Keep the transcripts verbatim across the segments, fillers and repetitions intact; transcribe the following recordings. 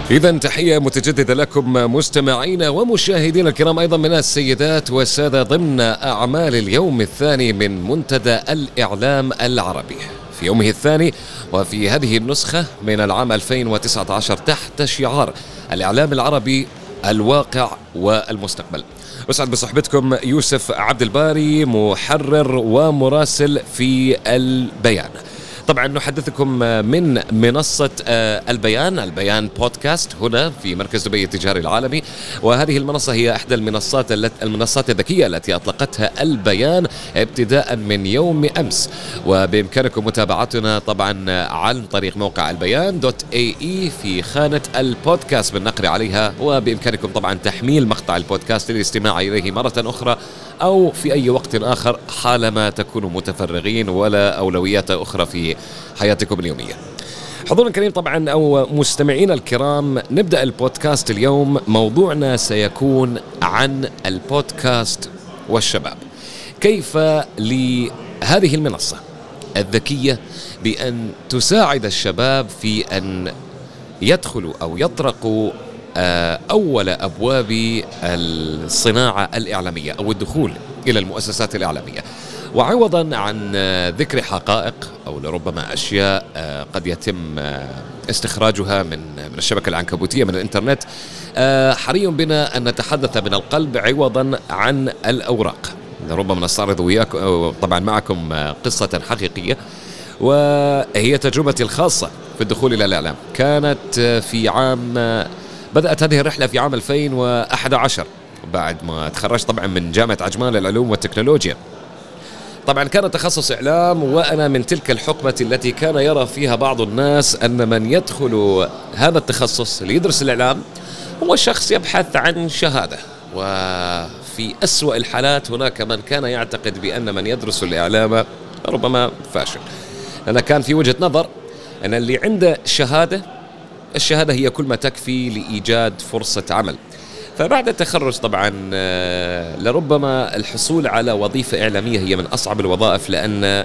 إذن تحية متجددة لكم مستمعينا ومشاهدينا الكرام، أيضا من السيدات والسادة، ضمن أعمال اليوم الثاني من منتدى الإعلام العربي في يومه الثاني وفي هذه النسخة من العام ألفين وتسعة عشر تحت شعار الإعلام العربي الواقع والمستقبل. أسعد بصحبتكم يوسف عبد الباري، محرر ومراسل في البيان. طبعا نحدثكم من منصة البيان، البيان بودكاست هنا في مركز دبي التجاري العالمي، وهذه المنصة هي إحدى المنصات المنصات الذكية التي أطلقتها البيان ابتداء من يوم أمس، وبإمكانكم متابعتنا طبعا عن طريق موقع البيان دوت اي اي في خانة البودكاست بالنقر عليها، وبإمكانكم طبعا تحميل مقطع البودكاست للاستماع إليه مرة أخرى أو في أي وقت آخر حالما تكونوا متفرغين ولا أولويات أخرى في حياتكم اليومية. حضورنا الكريم طبعا أو مستمعينا الكرام، نبدأ البودكاست اليوم. موضوعنا سيكون عن البودكاست والشباب، كيف لهذه المنصة الذكية بأن تساعد الشباب في أن يدخلوا أو يطرقوا أول أبواب الصناعة الإعلامية أو الدخول إلى المؤسسات الإعلامية، وعوضا عن ذكر حقائق أو لربما أشياء قد يتم استخراجها من من الشبكة العنكبوتية من الإنترنت، حري بنا أن نتحدث من القلب عوضا عن الأوراق. ربما نستعرض وياكم طبعا معكم قصة حقيقية، وهي تجربتي الخاصة في الدخول إلى الإعلام. كانت في عام بدأت هذه الرحلة في عام ألفين وأحد عشر بعد ما تخرجت طبعا من جامعة عجمان للعلوم والتكنولوجيا. طبعا كان تخصص إعلام، وأنا من تلك الحقبة التي كان يرى فيها بعض الناس أن من يدخل هذا التخصص ليدرس الإعلام هو شخص يبحث عن شهادة، وفي أسوأ الحالات هناك من كان يعتقد بأن من يدرس الإعلام ربما فاشل. أنا كان في وجهة نظر أن اللي عنده شهادة، الشهادة هي كل ما تكفي لإيجاد فرصة عمل. فبعد التخرج طبعا لربما الحصول على وظيفة إعلامية هي من أصعب الوظائف، لأن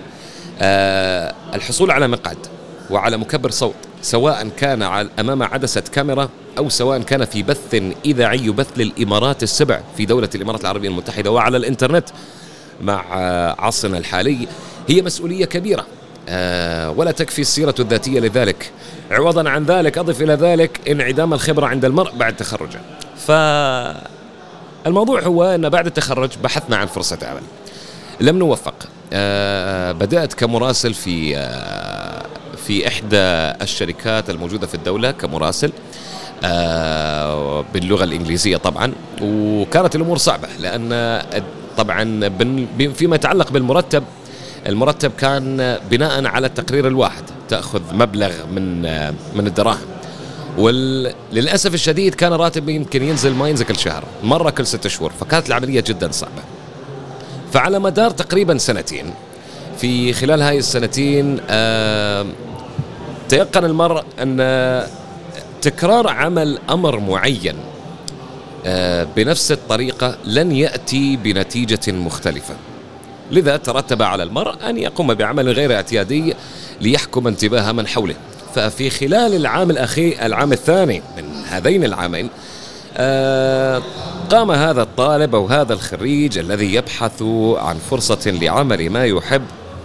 الحصول على مقعد وعلى مكبر صوت سواء كان أمام عدسة كاميرا أو سواء كان في بث إذاعي يبث للإمارات السبع في دولة الإمارات العربية المتحدة وعلى الإنترنت مع عصرنا الحالي، هي مسؤولية كبيرة ولا تكفي السيرة الذاتية لذلك. عوضا عن ذلك أضف إلى ذلك انعدام الخبرة عند المرء بعد تخرجه. فالموضوع هو أن بعد التخرج بحثنا عن فرصة عمل، لم نوفق. أه بدأت كمراسل في أه في إحدى الشركات الموجودة في الدولة كمراسل أه باللغة الإنجليزية طبعا، وكانت الأمور صعبة لأن طبعا فيما يتعلق بالمرتب، المرتب كان بناء على التقرير الواحد تأخذ مبلغ من من الدراهم، وللأسف الشديد كان راتب يمكن ينزل ما ينزل كل شهر، مرة كل ستة شهور، فكانت العملية جدا صعبة. فعلى مدار تقريبا سنتين، في خلال هاي السنتين آه تيقن المرء أن تكرار عمل أمر معين آه بنفس الطريقة لن يأتي بنتيجة مختلفة، لذا ترتب على المرء أن يقوم بعمل غير اعتيادي ليحكم انتباه من حوله. ففي خلال العام الأخير العام الثاني من هذين العامين آه قام هذا الطالب أو هذا الخريج الذي يبحث عن فرصة لعمل ما يحب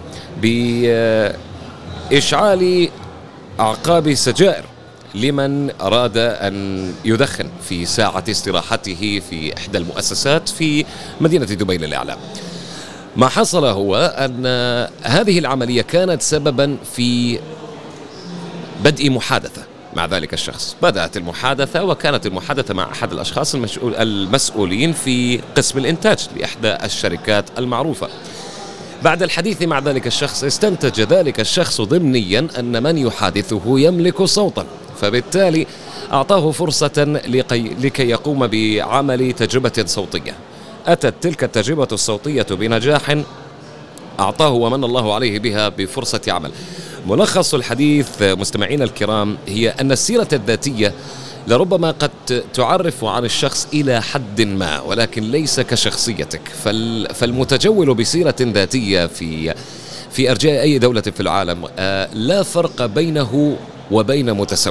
بإشعال أعقاب سجائر لمن أراد أن يدخن في ساعة استراحته في إحدى المؤسسات في مدينة دبي للإعلام. ما حصل هو أن هذه العملية كانت سببا في بدء محادثة مع ذلك الشخص. بدأت المحادثة، وكانت المحادثة مع أحد الأشخاص المسؤول المسؤولين في قسم الإنتاج لإحدى الشركات المعروفة. بعد الحديث مع ذلك الشخص استنتج ذلك الشخص ضمنيا أن من يحادثه يملك صوتا، فبالتالي أعطاه فرصة لكي يقوم بعمل تجربة صوتية. أتت تلك التجربة الصوتية بنجاح أعطاه ومن الله عليه بها بفرصة عمل. ملخص الحديث مستمعين الكرام هي أن السيرة الذاتية لربما قد تعرف عن الشخص إلى حد ما، ولكن ليس كشخصيتك. فالمتجول بسيرة ذاتية في في أرجاء أي دولة في العالم لا فرق بينه وبين متسول.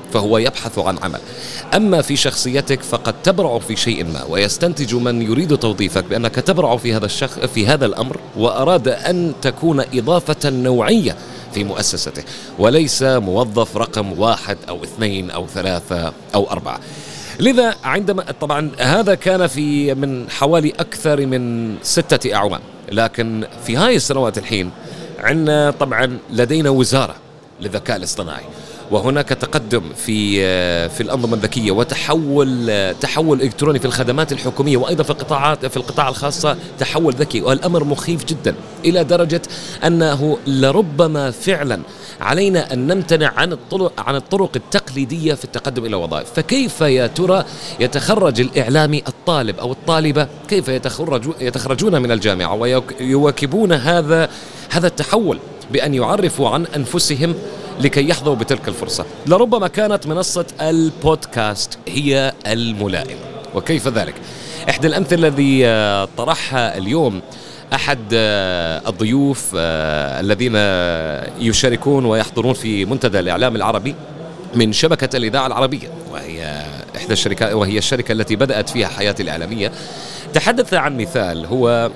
فهو يبحث عن عمل. أما في شخصيتك فقد تبرع في شيء ما، ويستنتج من يريد توظيفك بأنك تبرع في هذا الشخص في هذا الأمر، وأراد أن تكون إضافة نوعية في مؤسسته، وليس موظف رقم واحد أو اثنين أو ثلاثة أو أربعة. لذا عندما طبعا هذا كان في من حوالي أكثر من ستة أعوام، لكن في هاي السنوات الحين عندنا طبعا لدينا وزارة للذكاء الاصطناعي، وهناك تقدم في في الأنظمة الذكية وتحول تحول إلكتروني في الخدمات الحكومية، وأيضا في القطاعات في القطاع الخاص تحول ذكي، والأمر مخيف جدا إلى درجة أنه لربما فعلا علينا أن نمتنع عن الطرق عن الطرق التقليدية في التقدم إلى وظائف. فكيف يا ترى يتخرج الإعلامي الطالب أو الطالبة، كيف يتخرج يتخرجون من الجامعة ويواكبون هذا هذا التحول بأن يعرفوا عن أنفسهم لكي يحظوا بتلك الفرصة؟ لربما كانت منصة البودكاست هي الملائمة. وكيف ذلك؟ إحدى الأمثلة الذي طرحها اليوم أحد الضيوف الذين يشاركون ويحضرون في منتدى الإعلام العربي من شبكة الإذاعة العربية، وهي إحدى الشركات وهي الشركة التي بدأت فيها حياتي الإعلامية، تحدث عن مثال. هو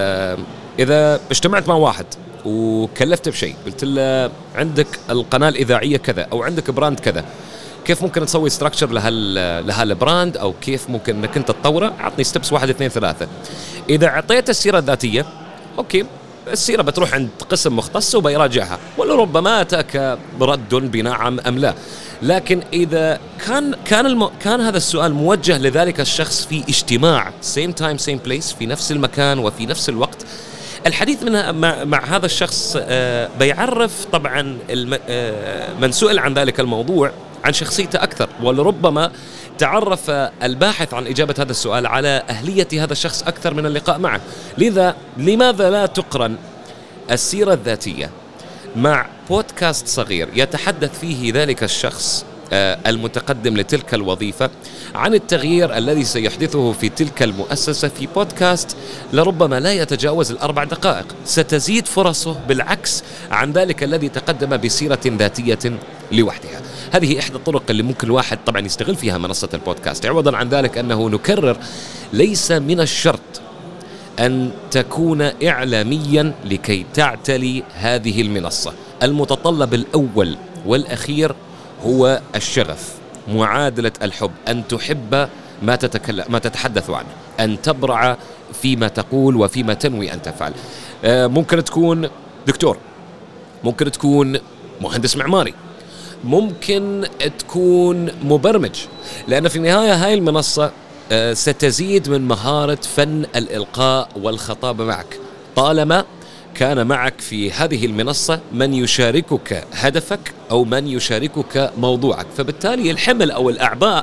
إذا اجتمعت مع واحد وكلفت بشيء، قلت له عندك القناة الإذاعية كذا أو عندك براند كذا، كيف ممكن تسوي ستراكشر لهال لهالبراند، أو كيف ممكن أنك أنت تطوره؟ عطني ستبس واحد اثنين ثلاثة. إذا أعطيت السيرة الذاتية، أوكي، السيرة بتروح عند قسم مختص وبيراجعها، ولربما أتاك برد بنعم أم لا. لكن إذا كان كان الم... كان هذا السؤال موجه لذلك الشخص في اجتماع same time same place، في نفس المكان وفي نفس الوقت، الحديث منها مع, مع هذا الشخص آه بيعرف طبعا الم... آه من سئل عن ذلك الموضوع عن شخصيته أكثر، ولربما تعرف الباحث عن إجابة هذا السؤال على أهلية هذا الشخص أكثر من اللقاء معه. لذا لماذا لا تقرن السيرة الذاتية مع بودكاست صغير يتحدث فيه ذلك الشخص المتقدم لتلك الوظيفة عن التغيير الذي سيحدثه في تلك المؤسسة في بودكاست لربما لا يتجاوز الأربع دقائق؟ ستزيد فرصه بالعكس عن ذلك الذي تقدم بسيرة ذاتية لوحدها. هذه إحدى الطرق اللي ممكن الواحد طبعا يستغل فيها منصة البودكاست. عوضا عن ذلك أنه نكرر، ليس من الشرط أن تكون إعلاميا لكي تعتلي هذه المنصة. المتطلب الأول والأخير هو الشغف، معادلة الحب، أن تحب ما تتكلم ما تتحدث عنه، أن تبرع فيما تقول وفيما تنوي أن تفعل. ممكن تكون دكتور، ممكن تكون مهندس معماري، ممكن تكون مبرمج، لأن في النهاية هاي المنصة ستزيد من مهارة فن الإلقاء والخطابة معك، طالما كان معك في هذه المنصة من يشاركك هدفك أو من يشاركك موضوعك. فبالتالي الحمل أو الأعباء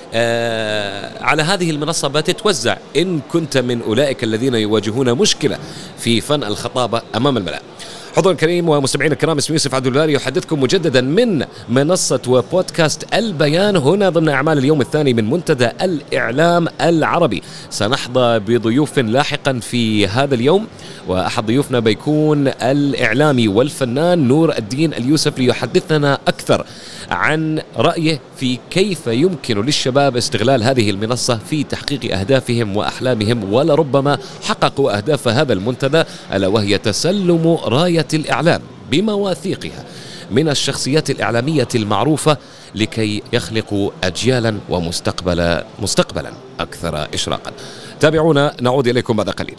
آه على هذه المنصة بتتوزع إن كنت من أولئك الذين يواجهون مشكلة في فن الخطابة أمام الملأ. حضور الكريم ومستمعين الكرام، اسمي يوسف عبد الباري يحدثكم مجددا من منصة وبودكاست البيان هنا ضمن أعمال اليوم الثاني من منتدى الإعلام العربي. سنحظى بضيوف لاحقا في هذا اليوم، وأحد ضيوفنا بيكون الإعلامي والفنان نور الدين اليوسف ليحدثنا أكثر عن رأيه في كيف يمكن للشباب استغلال هذه المنصة في تحقيق أهدافهم وأحلامهم، ولربما حققوا أهداف هذا المنتدى، ألا وهي تسلم راية الإعلام بمواثيقها من الشخصيات الإعلامية المعروفة لكي يخلقوا أجيالا ومستقبلا مستقبلا أكثر إشراقا. تابعونا، نعود إليكم بعد قليل.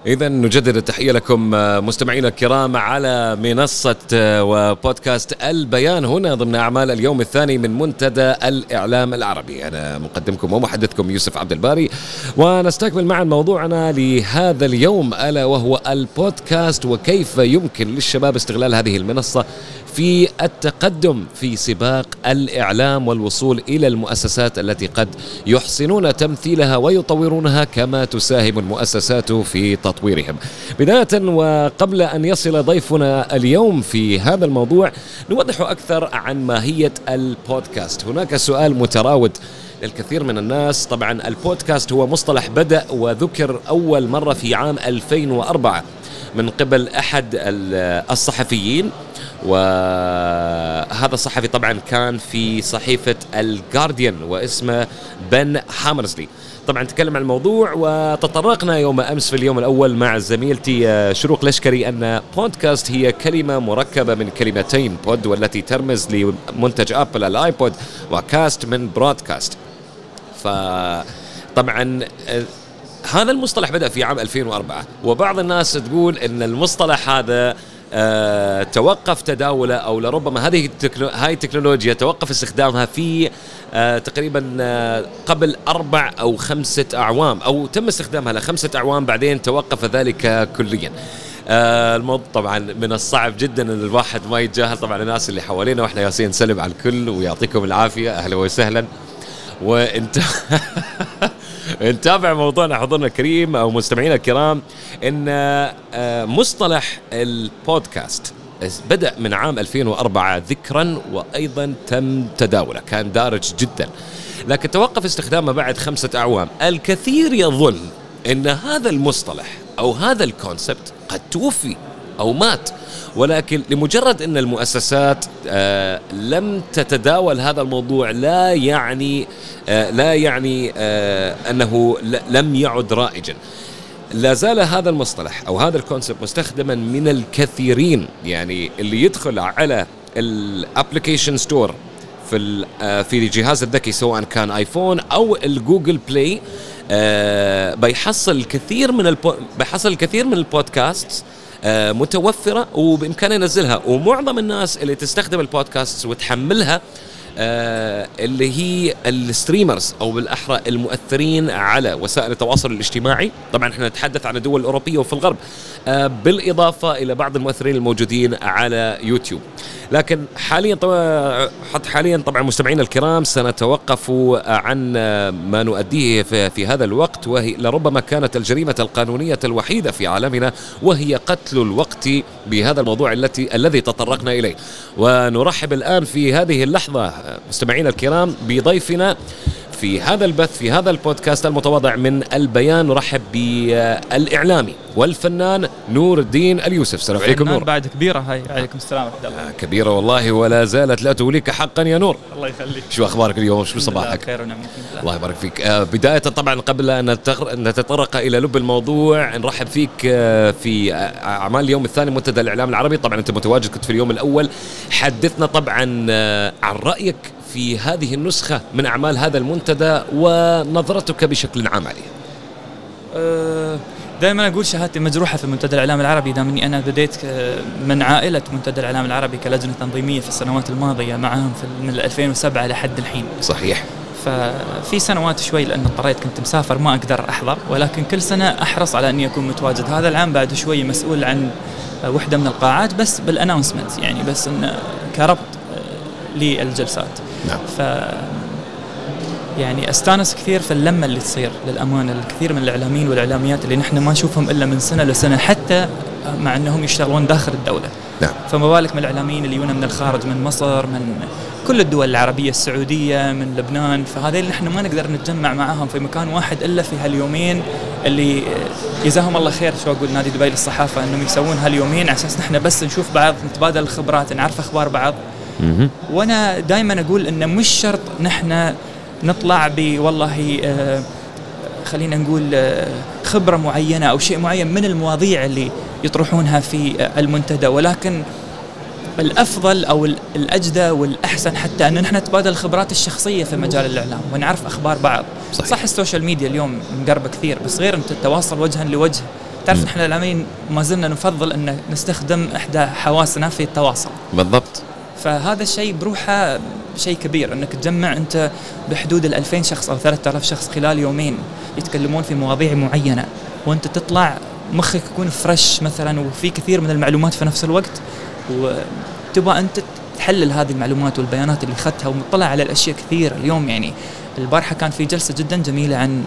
إذا نجدد التحية لكم مستمعينا الكرام على منصة وبودكاست البيان هنا ضمن أعمال اليوم الثاني من منتدى الإعلام العربي. أنا مقدمكم ومحدثكم يوسف عبد الباري، ونستكمل معا موضوعنا لهذا اليوم ألا وهو البودكاست، وكيف يمكن للشباب استغلال هذه المنصة في التقدم في سباق الإعلام والوصول إلى المؤسسات التي قد يحسنون تمثيلها ويطورونها كما تساهم المؤسسات في تطويرهم. بداية وقبل أن يصل ضيفنا اليوم في هذا الموضوع نوضح أكثر عن ماهية البودكاست. هناك سؤال متراود للكثير من الناس. طبعا البودكاست هو مصطلح بدأ وذكر أول مرة في عام ألفين وأربعة من قبل أحد الصحفيين، وهذا الصحفي طبعا كان في صحيفة الجارديان واسمه بن هامرزلي. طبعا تكلم عن الموضوع وتطرقنا يوم أمس في اليوم الأول مع زميلتي شروق لشكري أن بودكاست هي كلمة مركبة من كلمتين، بود والتي ترمز لمنتج أبل الآيبود، وكاست من برودكاست. فطبعا هذا المصطلح بدأ في عام ألفين وأربعة، وبعض الناس تقول أن المصطلح هذا أه توقف تداوله أو لربما هذه التكنو... هاي التكنولوجيا توقف استخدامها في أه تقريبا أه قبل أربع أو خمسة أعوام، أو تم استخدامها لخمسة أعوام بعدين توقف ذلك كليا. أه الموضوع طبعا من الصعب جدا أن الواحد ما يتجاهل طبعا الناس اللي حوالينا، وإحنا ياسين نسلم على الكل ويعطيكم العافية، أهلا وسهلا. وانت نتابع موضوعنا حضورنا الكريم أو مستمعينا الكرام إن مصطلح البودكاست بدأ من عام ألفين وأربعة ذكرا، وأيضا تم تداوله، كان دارج جدا، لكن توقف استخدامه بعد خمسة أعوام. الكثير يظن إن هذا المصطلح أو هذا الكونسبت قد توفي أو مات، ولكن لمجرد أن المؤسسات آه لم تتداول هذا الموضوع لا يعني آه لا يعني آه أنه لم يعد رائجا. لا زال هذا المصطلح أو هذا الكونسبت مستخدما من الكثيرين. يعني اللي يدخل على الابليكيشن ستور في آه في الجهاز الذكي سواء كان آيفون أو الجوجل بلاي آه بيحصل الكثير من البو... بيحصل الكثير من البودكاست آه متوفرة وبإمكانه ينزلها. ومعظم الناس اللي تستخدم البودكاست وتحملها آه اللي هي الستريمرز أو بالأحرى المؤثرين على وسائل التواصل الاجتماعي. طبعا احنا نتحدث عن الدول الأوروبية وفي الغرب، آه بالإضافة إلى بعض المؤثرين الموجودين على يوتيوب. لكن حاليا طبعا حتى حاليا طبعا مستمعينا الكرام سنتوقف عن ما نؤديه في, في هذا الوقت، وهي لربما كانت الجريمة القانونية الوحيدة في عالمنا، وهي قتل الوقت بهذا الموضوع التي الذي تطرقنا إليه. ونرحب الآن في هذه اللحظة مستمعينا الكرام بضيفنا في هذا البث في هذا البودكاست المتواضع من البيان. نرحب بالإعلامي والفنان نور الدين اليوسف. السلام عليكم نور. بعد كبيرة هاي. عليكم السلام ورحمة الله. آه كبيرة والله ولا زالت لا توليك حقا يا نور. الله يخليك. شو أخبارك اليوم؟ شو صباحك؟ خير ونعم. الله يبارك فيك. آه بداية طبعا قبل أن نتطرق إلى لب الموضوع نرحب فيك آه في أعمال اليوم الثاني منتدى الإعلام العربي. طبعا أنت متواجد كنت في اليوم الأول، حدثنا طبعا آه عن رأيك في هذه النسخة من أعمال هذا المنتدى ونظرتك بشكل عام عليه. أه دائما أقول شهادتي مجروحة في منتدى الإعلام العربي، دام أني أنا بديت من عائلة منتدى الإعلام العربي كلجنة تنظيمية في السنوات الماضية معهم في من ألفين وسبعة لحد الحين. صحيح. ففي سنوات شوي لأن اضطريت كنت مسافر ما أقدر أحضر، ولكن كل سنة أحرص على أني أكون متواجد. هذا العام بعد شوي مسؤول عن وحدة من القاعات بس بالأناونسمنت، يعني بس إن كربط للجلسات. نعم. ف يعني استانس كثير في اللمه اللي تصير للامانه. الكثير من الاعلاميين والاعلاميات اللي نحن ما نشوفهم الا من سنه لسنه، حتى مع انهم يشتغلون داخل الدوله. نعم. فما بالك من الاعلاميين اللي يجون من الخارج، من مصر، من كل الدول العربيه، السعوديه، من لبنان. فهذول نحن ما نقدر نتجمع معهم في مكان واحد الا في هاليومين اللي جزاهم الله خير شو اقول نادي دبي للصحافه انهم يسوون هاليومين على اساس نحن بس نشوف بعض، نتبادل الخبرات، نعرف اخبار بعض. وانا دائما اقول ان مش شرط نحن نطلع ب والله آه خلينا نقول آه خبره معينه او شيء معين من المواضيع اللي يطرحونها في آه المنتدى، ولكن الافضل او الاجدى والاحسن حتى ان نحن نتبادل الخبرات الشخصيه في مجال الاعلام ونعرف اخبار بعض. صحيح. صح السوشيال ميديا اليوم مقربه كثير، بس غير انت تتواصل وجها لوجه تعرف إحنا الإعلاميين ما زلنا نفضل أن نستخدم إحدى حواسنا في التواصل. بالضبط. فهذا الشيء بروحه شيء كبير، أنك تجمع أنت بحدود الألفين شخص أو ثلاثة آلاف شخص خلال يومين يتكلمون في مواضيع معينة، وأنت تطلع مخك يكون فريش مثلا وفي كثير من المعلومات في نفس الوقت، وتبغى أنت تحلل هذه المعلومات والبيانات اللي أخذتها ومطلع على الأشياء كثير. اليوم يعني البارحة كان في جلسة جدا جميلة عن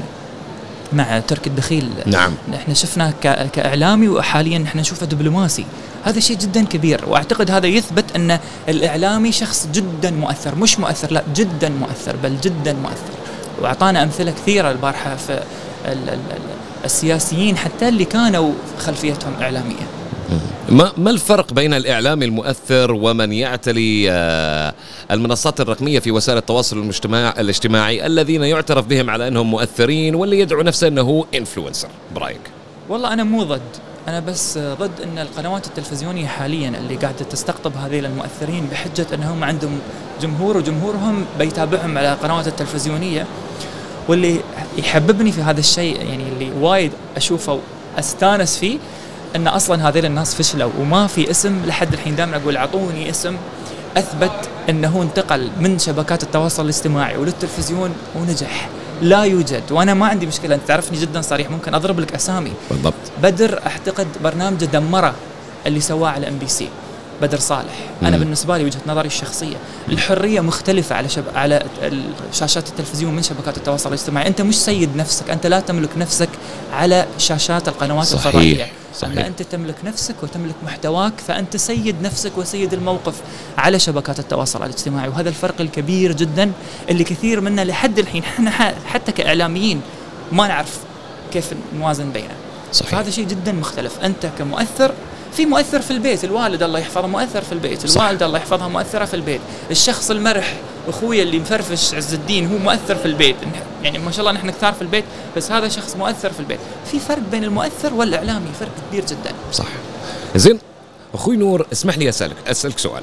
مع تركي الدخيل. نعم. احنا شفناه كإعلامي وحاليا احنا نشوفه دبلوماسي. هذا شيء جدا كبير، واعتقد هذا يثبت ان الإعلامي شخص جدا مؤثر، مش مؤثر لا جدا مؤثر، بل جدا مؤثر. واعطانا امثله كثيره البارحه في ال ال السياسيين حتى اللي كانوا خلفيتهم اعلاميه. ما ما الفرق بين الإعلامي المؤثر ومن يعتلي المنصات الرقمية في وسائل التواصل المجتمع الاجتماعي الذين يعترف بهم على أنهم مؤثرين واللي يدعو نفسه أنه إنفلونسر برأيك؟ والله أنا مو ضد، أنا بس ضد أن القنوات التلفزيونية حاليا اللي قاعدة تستقطب هذيل المؤثرين بحجة أنهم عندهم جمهور وجمهورهم بيتابعهم على القنوات التلفزيونية. واللي يحببني في هذا الشيء يعني اللي وايد أشوفه وأستانس فيه أن أصلاً هذيل الناس فشلوا وما في اسم لحد الحين. دائما أقول أعطوني اسم أثبت أنه انتقل من شبكات التواصل الاجتماعي وللتلفزيون ونجح. لا يوجد، وأنا ما عندي مشكلة، أنت تعرفني جدا صريح، ممكن أضرب لك أسامي. بالضبط. بدر أعتقد برنامج دمره اللي سواه على إم بي سي، بدر صالح. أنا بالنسبة لي وجهة نظري الشخصية الحرية مختلفة على شب... على شاشات التلفزيون من شبكات التواصل الاجتماعي. أنت مش سيد نفسك، أنت لا تملك نفسك على شاشات القنوات صحيح. الفضائية. صحيح. أنت تملك نفسك وتملك محتواك، فأنت سيد نفسك وسيد الموقف على شبكات التواصل الاجتماعي. وهذا الفرق الكبير جدا اللي كثير منا لحد الحين احنا حتى كإعلاميين ما نعرف كيف نوازن بينه. صحيح. هذا شيء جدا مختلف. أنت كمؤثر، في مؤثر في البيت، الوالد الله يحفظه مؤثر في البيت، الوالدة الله يحفظها مؤثرة في البيت، الشخص المرح أخويا اللي مفرفش عز الدين هو مؤثر في البيت. يعني ما شاء الله نحن كثار في البيت، بس هذا شخص مؤثر في البيت. في فرق بين المؤثر والإعلامي، فرق كبير جدا. صح. زين أخوي نور، اسمح لي أسألك أسألك سؤال.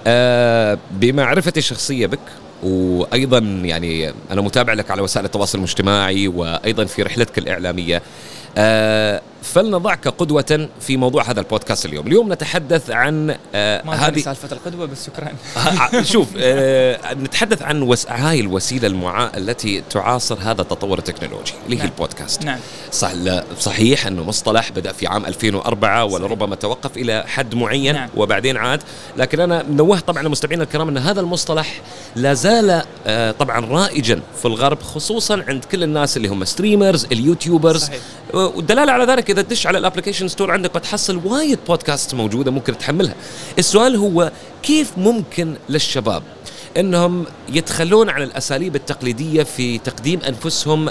أه بمعرفتي الشخصية بك، وأيضا يعني أنا متابع لك على وسائل التواصل الاجتماعي وأيضا في رحلتك الإعلامية، أه فلنضعك قدوة في موضوع هذا البودكاست اليوم. اليوم نتحدث عن أه ما هذه سالفة القدوة، بس شكرا. شوف أه نتحدث عن وس... هاي الوسيلة المعا... التي تعاصر هذا التطور التكنولوجي اللي نعم. هي البودكاست. نعم. صح. صحيح أنه مصطلح بدأ في عام ألفين وأربعة ولربما توقف إلى حد معين. نعم. وبعدين عاد، لكن أنا نوه طبعا المستمعين الكرام أن هذا المصطلح لا زال أه طبعا رائجا في الغرب، خصوصا عند كل الناس اللي هم ستريمرز اليوتيوبرز. صحيح. والدلالة على ذلك إذا تدش على الابليكيشن ستور عندك بتحصل وايد بودكاست موجودة ممكن تحملها. السؤال هو كيف ممكن للشباب انهم يتخلون عن الاساليب التقليديه في تقديم انفسهم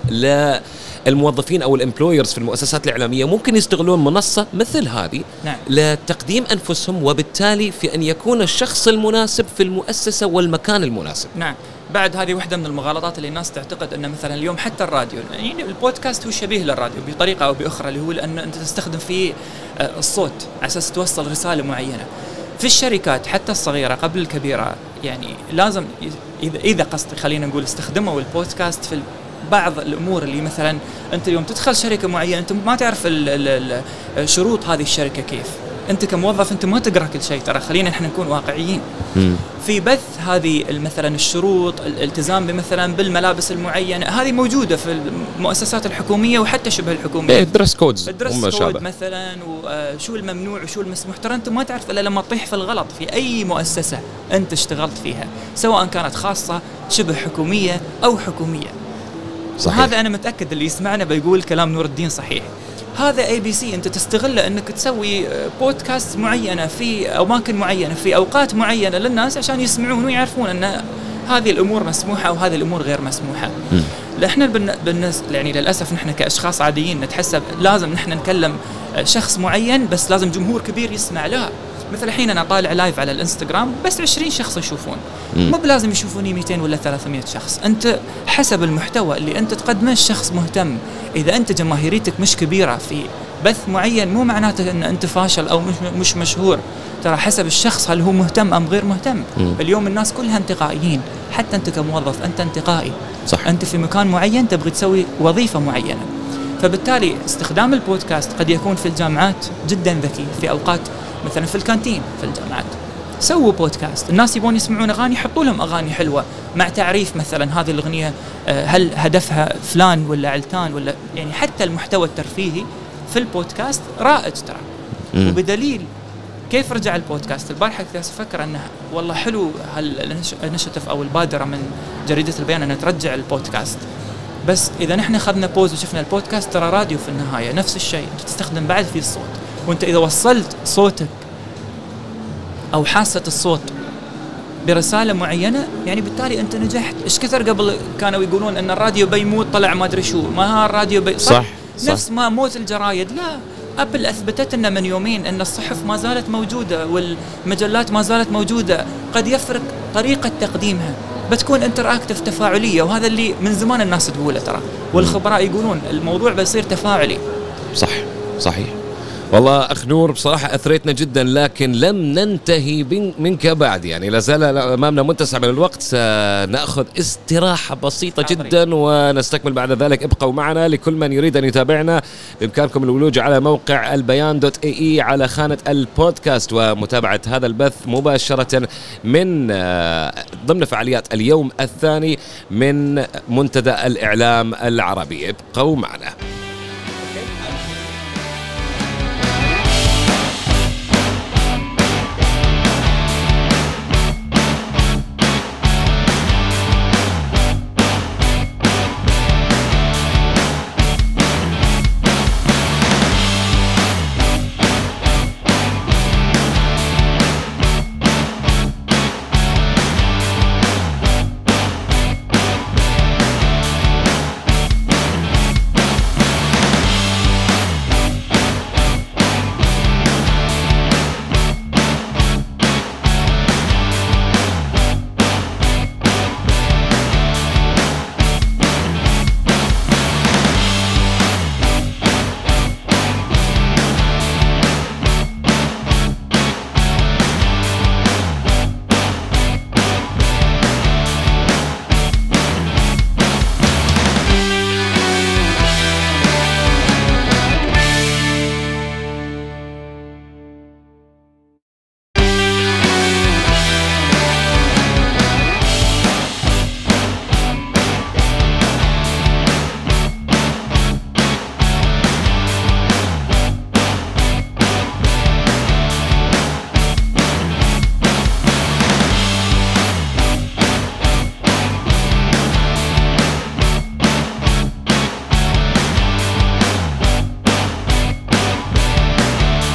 للموظفين او الامبلويرز في المؤسسات الاعلاميه، ممكن يستغلون منصه مثل هذه. نعم. لتقديم انفسهم، وبالتالي في ان يكون الشخص المناسب في المؤسسه والمكان المناسب. نعم. بعد هذه واحدة من المغالطات اللي الناس تعتقد أن مثلا اليوم حتى الراديو، يعني البودكاست هو شبيه للراديو بطريقة أو بأخرى، اللي هو لأن أنت تستخدم فيه الصوت على أساس توصل رسالة معينة. في الشركات حتى الصغيرة قبل الكبيرة يعني لازم إذا إذا قصدي خلينا نقول استخدموا البودكاست في بعض الأمور اللي مثلا أنت اليوم تدخل شركة معينة أنت ما تعرف ال ال شروط هذه الشركة كيف. أنت كموظف أنت ما تقرأ كل شيء، ترى خلينا إحنا نكون واقعيين. م. في بث هذه مثلا الشروط، الالتزام بمثلا بالملابس المعينة، هذه موجودة في المؤسسات الحكومية وحتى شبه الحكومية. إيه درس كودز. الدرس كود مثلا، وشو الممنوع وشو المسموح. ترى أنت ما تعرف إلا لما تطيح في الغلط في أي مؤسسة أنت اشتغلت فيها، سواء كانت خاصة شبه حكومية أو حكومية. صحيح. وهذا أنا متأكد اللي يسمعنا بيقول كلام نور الدين صحيح. هذا اي بي سي انت تستغله انك تسوي بودكاست معينه في اماكن معينه في اوقات معينه للناس عشان يسمعون ويعرفون ان هذه الامور مسموحه وهذه الامور غير مسموحه. احنا بالنسبه يعني للاسف نحن كاشخاص عاديين نتحسب لازم نحن نكلم شخص معين بس لازم جمهور كبير يسمع. لا، مثل الحين انا طالع لايف على الانستغرام بس عشرين شخص يشوفون، مو بلازم يشوفوني مئتين ولا ثلاثمئة شخص. انت حسب المحتوى اللي انت تقدمه الشخص مهتم. اذا انت جماهيريتك مش كبيره في بث معين مو معناته ان انت فاشل او مش مش مشهور. ترى حسب الشخص هل هو مهتم ام غير مهتم. م. اليوم الناس كلها انتقائيين، حتى انت كموظف انت انتقائي. صح. انت في مكان معين تبغي تسوي وظيفه معينه، فبالتالي استخدام البودكاست قد يكون في الجامعات جدا ذكي، في أوقات مثلا في الكانتين في الجامعات سووا بودكاست، الناس يبون يسمعون أغاني حطوا لهم أغاني حلوة مع تعريف مثلا هذه الأغنية هل هدفها فلان ولا علتان ولا يعني حتى المحتوى الترفيهي في البودكاست رائج ترى. وبدليل كيف رجع البودكاست البارحة كنت أفكر أنه والله حلو هالنشتف أو البادرة من جريدة البيان أن ترجع البودكاست، بس إذا نحن خذنا بوز وشفنا البودكاست ترى راديو في النهاية نفس الشيء، أنت تستخدم بعد فيه الصوت، وأنت إذا وصلت صوتك أو حاسة الصوت برسالة معينة يعني بالتالي أنت نجحت. إيش كثر قبل كانوا يقولون أن الراديو بيموت طلع ما أدري شو، ما الراديو بي صح, صح نفس ما موت الجرايد. لا، أبل أثبتت لنا من يومين أن الصحف ما زالت موجودة والمجلات ما زالت موجودة، قد يفرق طريقة تقديمها، بتكون انتراكتيف تفاعلية، وهذا اللي من زمان الناس تقوله ترى، والخبراء يقولون الموضوع بيصير تفاعلي. صح صحيح. والله أخ نور بصراحة أثريتنا جدا، لكن لم ننتهي منك بعد، يعني لازال أمامنا متسع من الوقت، سنأخذ استراحة بسيطة جدا ونستكمل بعد ذلك. ابقوا معنا. لكل من يريد أن يتابعنا بإمكانكم الولوج على موقع البيان دوت اي اي على خانة البودكاست ومتابعة هذا البث مباشرة من ضمن فعاليات اليوم الثاني من منتدى الإعلام العربي. ابقوا معنا.